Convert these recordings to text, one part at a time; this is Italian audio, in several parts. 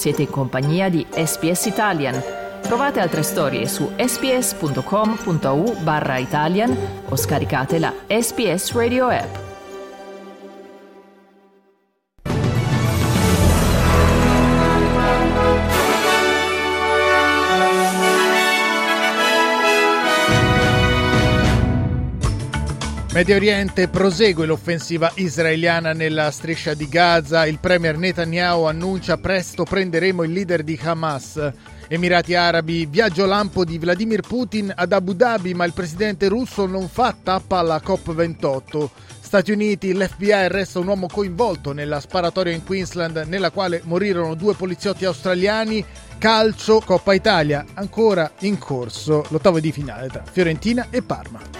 Siete in compagnia di SBS Italian. Trovate altre storie su sbs.com.au/Italian o scaricate la SBS Radio app. Medio Oriente, prosegue l'offensiva israeliana nella striscia di Gaza. Il premier Netanyahu annuncia: presto prenderemo il leader di Hamas. Emirati Arabi, viaggio lampo di Vladimir Putin ad Abu Dhabi, ma il presidente russo non fa tappa alla COP28. Stati Uniti, l'FBI arresta un uomo coinvolto nella sparatoria in Queensland nella quale morirono 2 poliziotti australiani. Calcio, Coppa Italia, ancora in corso l'ottavo di finale tra Fiorentina e Parma.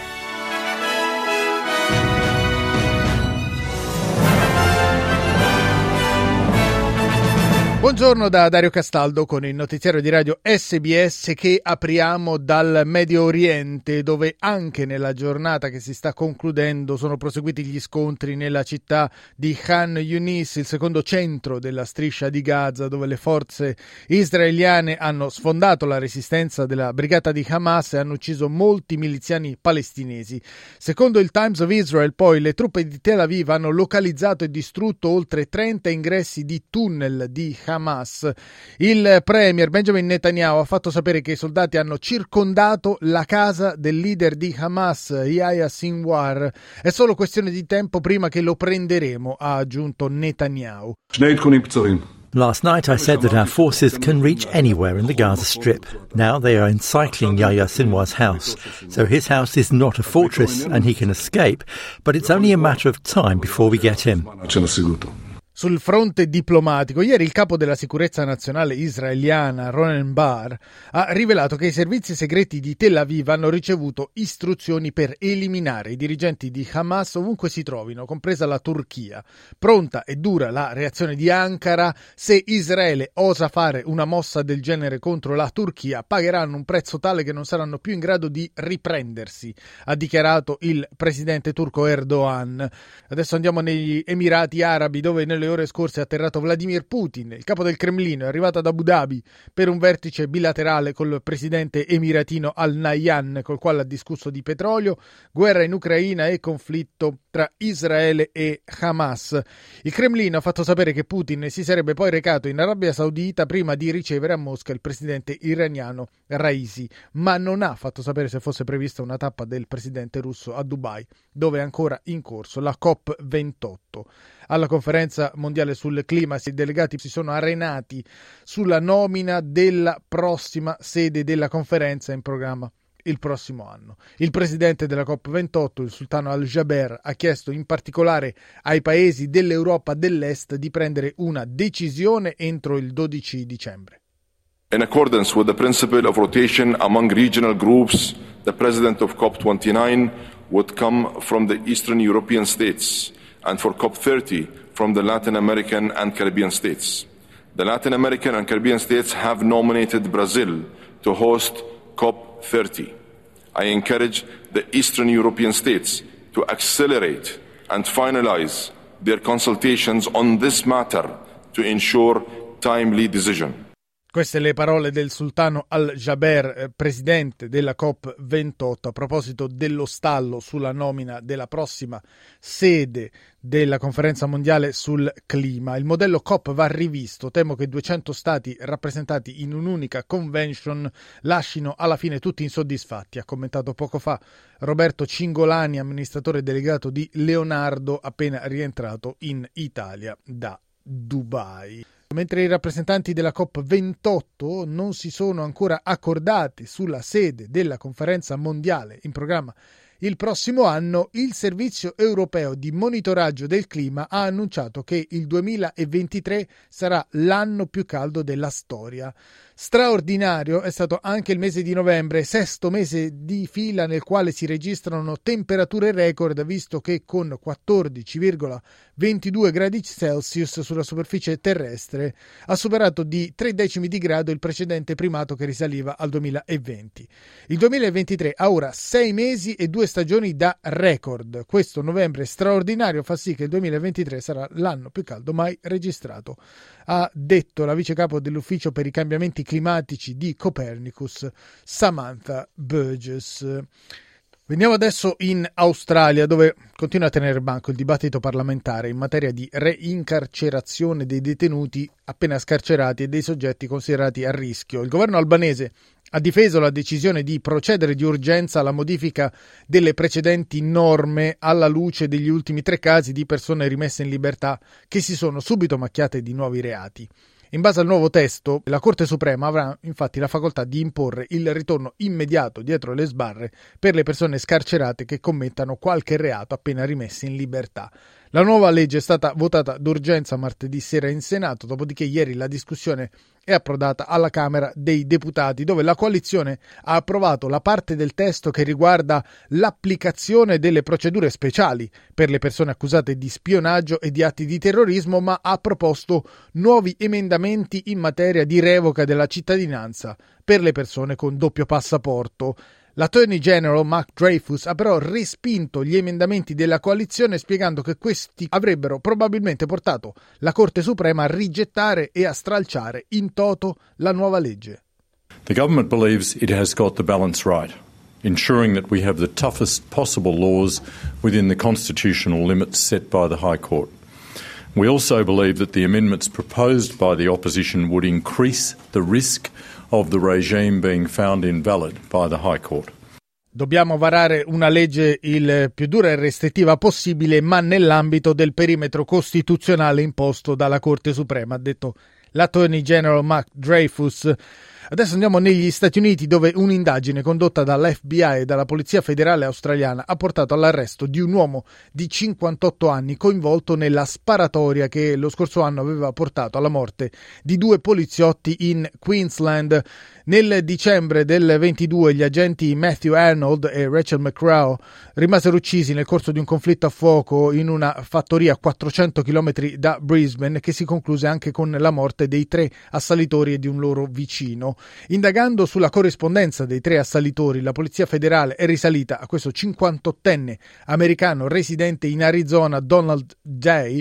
Buongiorno da Dario Castaldo con il notiziario di radio SBS che apriamo dal Medio Oriente, dove anche nella giornata che si sta concludendo sono proseguiti gli scontri nella città di Khan Yunis, il secondo centro della striscia di Gaza, dove le forze israeliane hanno sfondato la resistenza della brigata di Hamas e hanno ucciso molti miliziani palestinesi. Secondo il Times of Israel, poi, le truppe di Tel Aviv hanno localizzato e distrutto oltre 30 ingressi di tunnel di Hamas. Il premier Benjamin Netanyahu ha fatto sapere che i soldati hanno circondato la casa del leader di Hamas, Yahya Sinwar. È solo questione di tempo prima che lo prenderemo, ha aggiunto Netanyahu. Last night I said that our forces can reach anywhere in the Gaza Strip. Now they are encircling Yahya Sinwar's house. So his house is not a fortress and he can escape, but it's only a matter of time before we get him. Sul fronte diplomatico, ieri il capo della sicurezza nazionale israeliana, Ronen Bar, ha rivelato che i servizi segreti di Tel Aviv hanno ricevuto istruzioni per eliminare i dirigenti di Hamas ovunque si trovino, compresa la Turchia. Pronta e dura la reazione di Ankara. Se Israele osa fare una mossa del genere contro la Turchia, pagheranno un prezzo tale che non saranno più in grado di riprendersi, ha dichiarato il presidente turco Erdogan. Adesso andiamo negli Emirati Arabi, dove nelle ore scorse è atterrato Vladimir Putin. Il capo del Cremlino è arrivato ad Abu Dhabi per un vertice bilaterale col presidente emiratino Al Nahyan, col quale ha discusso di petrolio, guerra in Ucraina e conflitto tra Israele e Hamas. Il Cremlino ha fatto sapere che Putin si sarebbe poi recato in Arabia Saudita prima di ricevere a Mosca il presidente iraniano Raisi, ma non ha fatto sapere se fosse prevista una tappa del presidente russo a Dubai, dove è ancora in corso la COP28. Alla conferenza mondiale sul clima i delegati si sono arenati sulla nomina della prossima sede della conferenza in programma il prossimo anno. Il presidente della COP28, il sultano Al-Jaber, ha chiesto in particolare ai paesi dell'Europa dell'Est di prendere una decisione entro il 12 dicembre. In accordance with the principle of rotation among regional groups, the president of COP29 would come from the Eastern European states, and for COP30 from the Latin American and Caribbean states. The Latin American and Caribbean states have nominated Brazil to host COP30. I encourage the Eastern European states to accelerate and finalize their consultations on this matter to ensure timely decision. Queste le parole del sultano Al-Jaber, presidente della COP28, a proposito dello stallo sulla nomina della prossima sede della conferenza mondiale sul clima. Il modello COP va rivisto. Temo che 200 stati rappresentati in un'unica convention lascino alla fine tutti insoddisfatti, ha commentato poco fa Roberto Cingolani, amministratore delegato di Leonardo, appena rientrato in Italia da Dubai. Mentre i rappresentanti della COP28 non si sono ancora accordati sulla sede della conferenza mondiale in programma il prossimo anno, il Servizio Europeo di Monitoraggio del Clima ha annunciato che il 2023 sarà l'anno più caldo della storia. Straordinario è stato anche il mese di novembre, sesto mese di fila nel quale si registrano temperature record, visto che con 14,22 gradi Celsius sulla superficie terrestre ha superato di 3 decimi di grado il precedente primato che risaliva al 2020. Il 2023 ha ora 6 mesi e 2 stagioni da record. Questo novembre straordinario fa sì che il 2023 sarà l'anno più caldo mai registrato, ha detto la vicecapo dell'Ufficio per i cambiamenti climatici di Copernicus, Samantha Burgess. Veniamo adesso in Australia, dove continua a tenere banco il dibattito parlamentare in materia di reincarcerazione dei detenuti appena scarcerati e dei soggetti considerati a rischio. Il governo albanese ha difeso la decisione di procedere di urgenza alla modifica delle precedenti norme alla luce degli ultimi 3 casi di persone rimesse in libertà che si sono subito macchiate di nuovi reati. In base al nuovo testo, la Corte Suprema avrà infatti la facoltà di imporre il ritorno immediato dietro le sbarre per le persone scarcerate che commettano qualche reato appena rimesse in libertà. La nuova legge è stata votata d'urgenza martedì sera in Senato, dopodiché ieri la discussione è approdata alla Camera dei Deputati, dove la coalizione ha approvato la parte del testo che riguarda l'applicazione delle procedure speciali per le persone accusate di spionaggio e di atti di terrorismo, ma ha proposto nuovi emendamenti in materia di revoca della cittadinanza per le persone con doppio passaporto. L'Attorney General Mark Dreyfus ha però respinto gli emendamenti della coalizione, spiegando che questi avrebbero probabilmente portato la Corte Suprema a rigettare e a stralciare in toto la nuova legge. The government believes it has got the balance right, ensuring that we have the toughest possible laws within the constitutional limits set by the High Court. We also believe that the amendments proposed by the opposition would increase the risk of the regime being found invalid by the High Court. Dobbiamo varare una legge il più dura e restrittiva possibile, ma nell'ambito del perimetro costituzionale imposto dalla Corte Suprema, ha detto l'Attorney General Mark Dreyfus. Adesso andiamo negli Stati Uniti, dove un'indagine condotta dall'FBI e dalla Polizia Federale Australiana ha portato all'arresto di un uomo di 58 anni coinvolto nella sparatoria che lo scorso anno aveva portato alla morte di 2 poliziotti in Queensland. Nel dicembre del 22 gli agenti Matthew Arnold e Rachel McCraw rimasero uccisi nel corso di un conflitto a fuoco in una fattoria a 400 km da Brisbane, che si concluse anche con la morte dei 3 assalitori e di un loro vicino. Indagando sulla corrispondenza dei 3 assalitori, la Polizia Federale è risalita a questo 58enne americano residente in Arizona, Donald Day,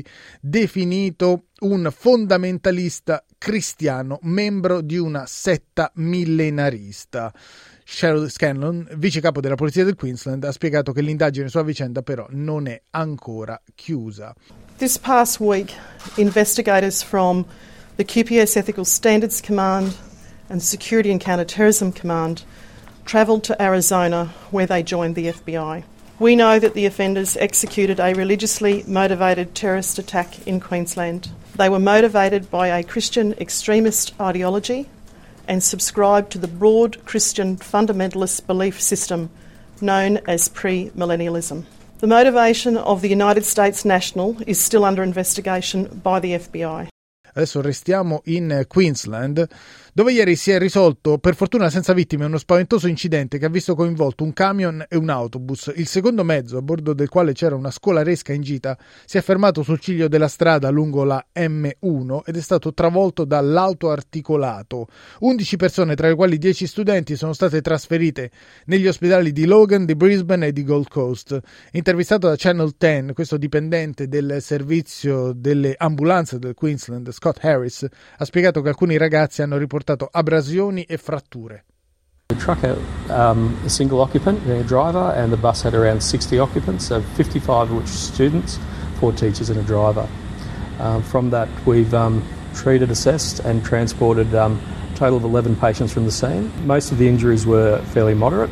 definito un fondamentalista cristiano, membro di una setta millenarista. Cheryl Scanlon, vice capo della Polizia del Queensland, ha spiegato che l'indagine sulla vicenda però non è ancora chiusa. This past week, investigators from the QPS Ethical Standards Command and Security and Counterterrorism Command travelled to Arizona, where they joined the FBI. We know that the offenders executed a religiously motivated terrorist attack in Queensland. They were motivated by a Christian extremist ideology and subscribed to the broad Christian fundamentalist belief system known as premillennialism. The motivation of the United States national is still under investigation by the FBI. Adesso restiamo in Queensland, dove ieri si è risolto, per fortuna senza vittime, uno spaventoso incidente che ha visto coinvolto un camion e un autobus. Il secondo mezzo, a bordo del quale c'era una scolaresca in gita, si è fermato sul ciglio della strada lungo la M1 ed è stato travolto dall'auto articolato. 11 persone, tra le quali 10 studenti, sono state trasferite negli ospedali di Logan, di Brisbane e di Gold Coast. Intervistato da Channel 10, questo dipendente del servizio delle ambulanze del Queensland, Scott Harris, ha spiegato che alcuni ragazzi hanno riportato abrasioni e fratture. The truck had a single occupant, a driver, and the bus had around 60 occupants, so 55 of which students, 4 teachers and a driver. From that, we've treated, assessed and transported a total of 11 patients from the scene. Most of the injuries were fairly moderate.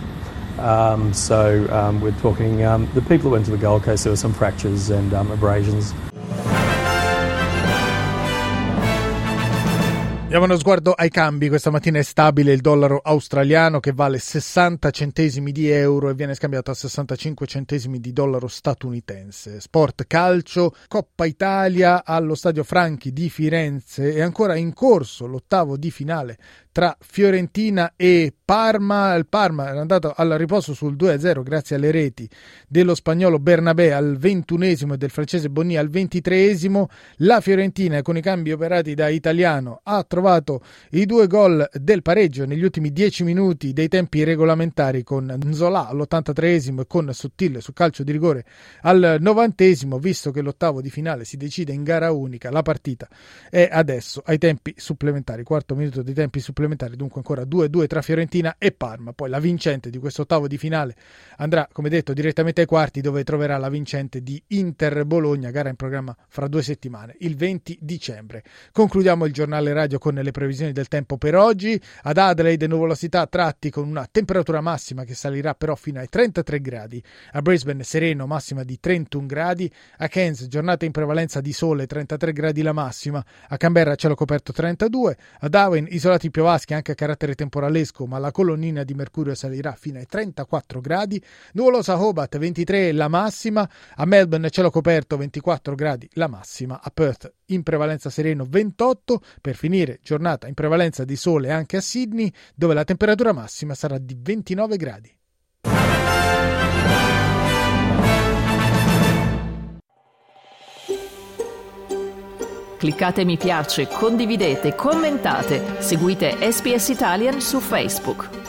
We're talking the people who went to the Gold Coast, there were some fractures and abrasions. Diamo uno sguardo ai cambi. Questa mattina è stabile il dollaro australiano che vale 60 centesimi di euro e viene scambiato a 65 centesimi di dollaro statunitense. Sport calcio, Coppa Italia allo Stadio Franchi di Firenze. È ancora in corso l'ottavo di finale tra Fiorentina e Parma. Il Parma era andato al riposo sul 2-0 grazie alle reti dello spagnolo Bernabé al 21esimo e del francese Bonny al 23esimo. La Fiorentina, con i cambi operati da Italiano, ha trovato i 2 gol del pareggio negli ultimi 10 minuti dei tempi regolamentari, con Nzola all'83esimo e con Sottile su calcio di rigore al 90esimo. Visto che l'ottavo di finale si decide in gara unica, la partita è adesso ai tempi supplementari, quarto minuto dei tempi supplementari, dunque ancora 2-2 tra Fiorentina e Parma. Poi la vincente di questo ottavo di finale andrà, come detto, direttamente ai quarti, dove troverà la vincente di Inter-Bologna, gara in programma fra 2 settimane, il 20 dicembre. Concludiamo il giornale radio con le previsioni del tempo per oggi. Ad Adelaide nuvolosità a tratti con una temperatura massima che salirà però fino ai 33 gradi. A Brisbane sereno, massima di 31 gradi. A Cairns giornata in prevalenza di sole, 33 gradi la massima. A Canberra cielo coperto 32. A Darwin isolati piovaschi anche a carattere temporalesco, ma la colonnina di mercurio salirà fino ai 34 gradi. Nuvolosa a Hobart 23 la massima. A Melbourne cielo coperto 24 gradi la massima. A Perth in prevalenza sereno 28. Per finire giornata in prevalenza di sole anche a Sydney, dove la temperatura massima sarà di 29 gradi. Cliccate mi piace, condividete, commentate, seguite SBS Italian su Facebook.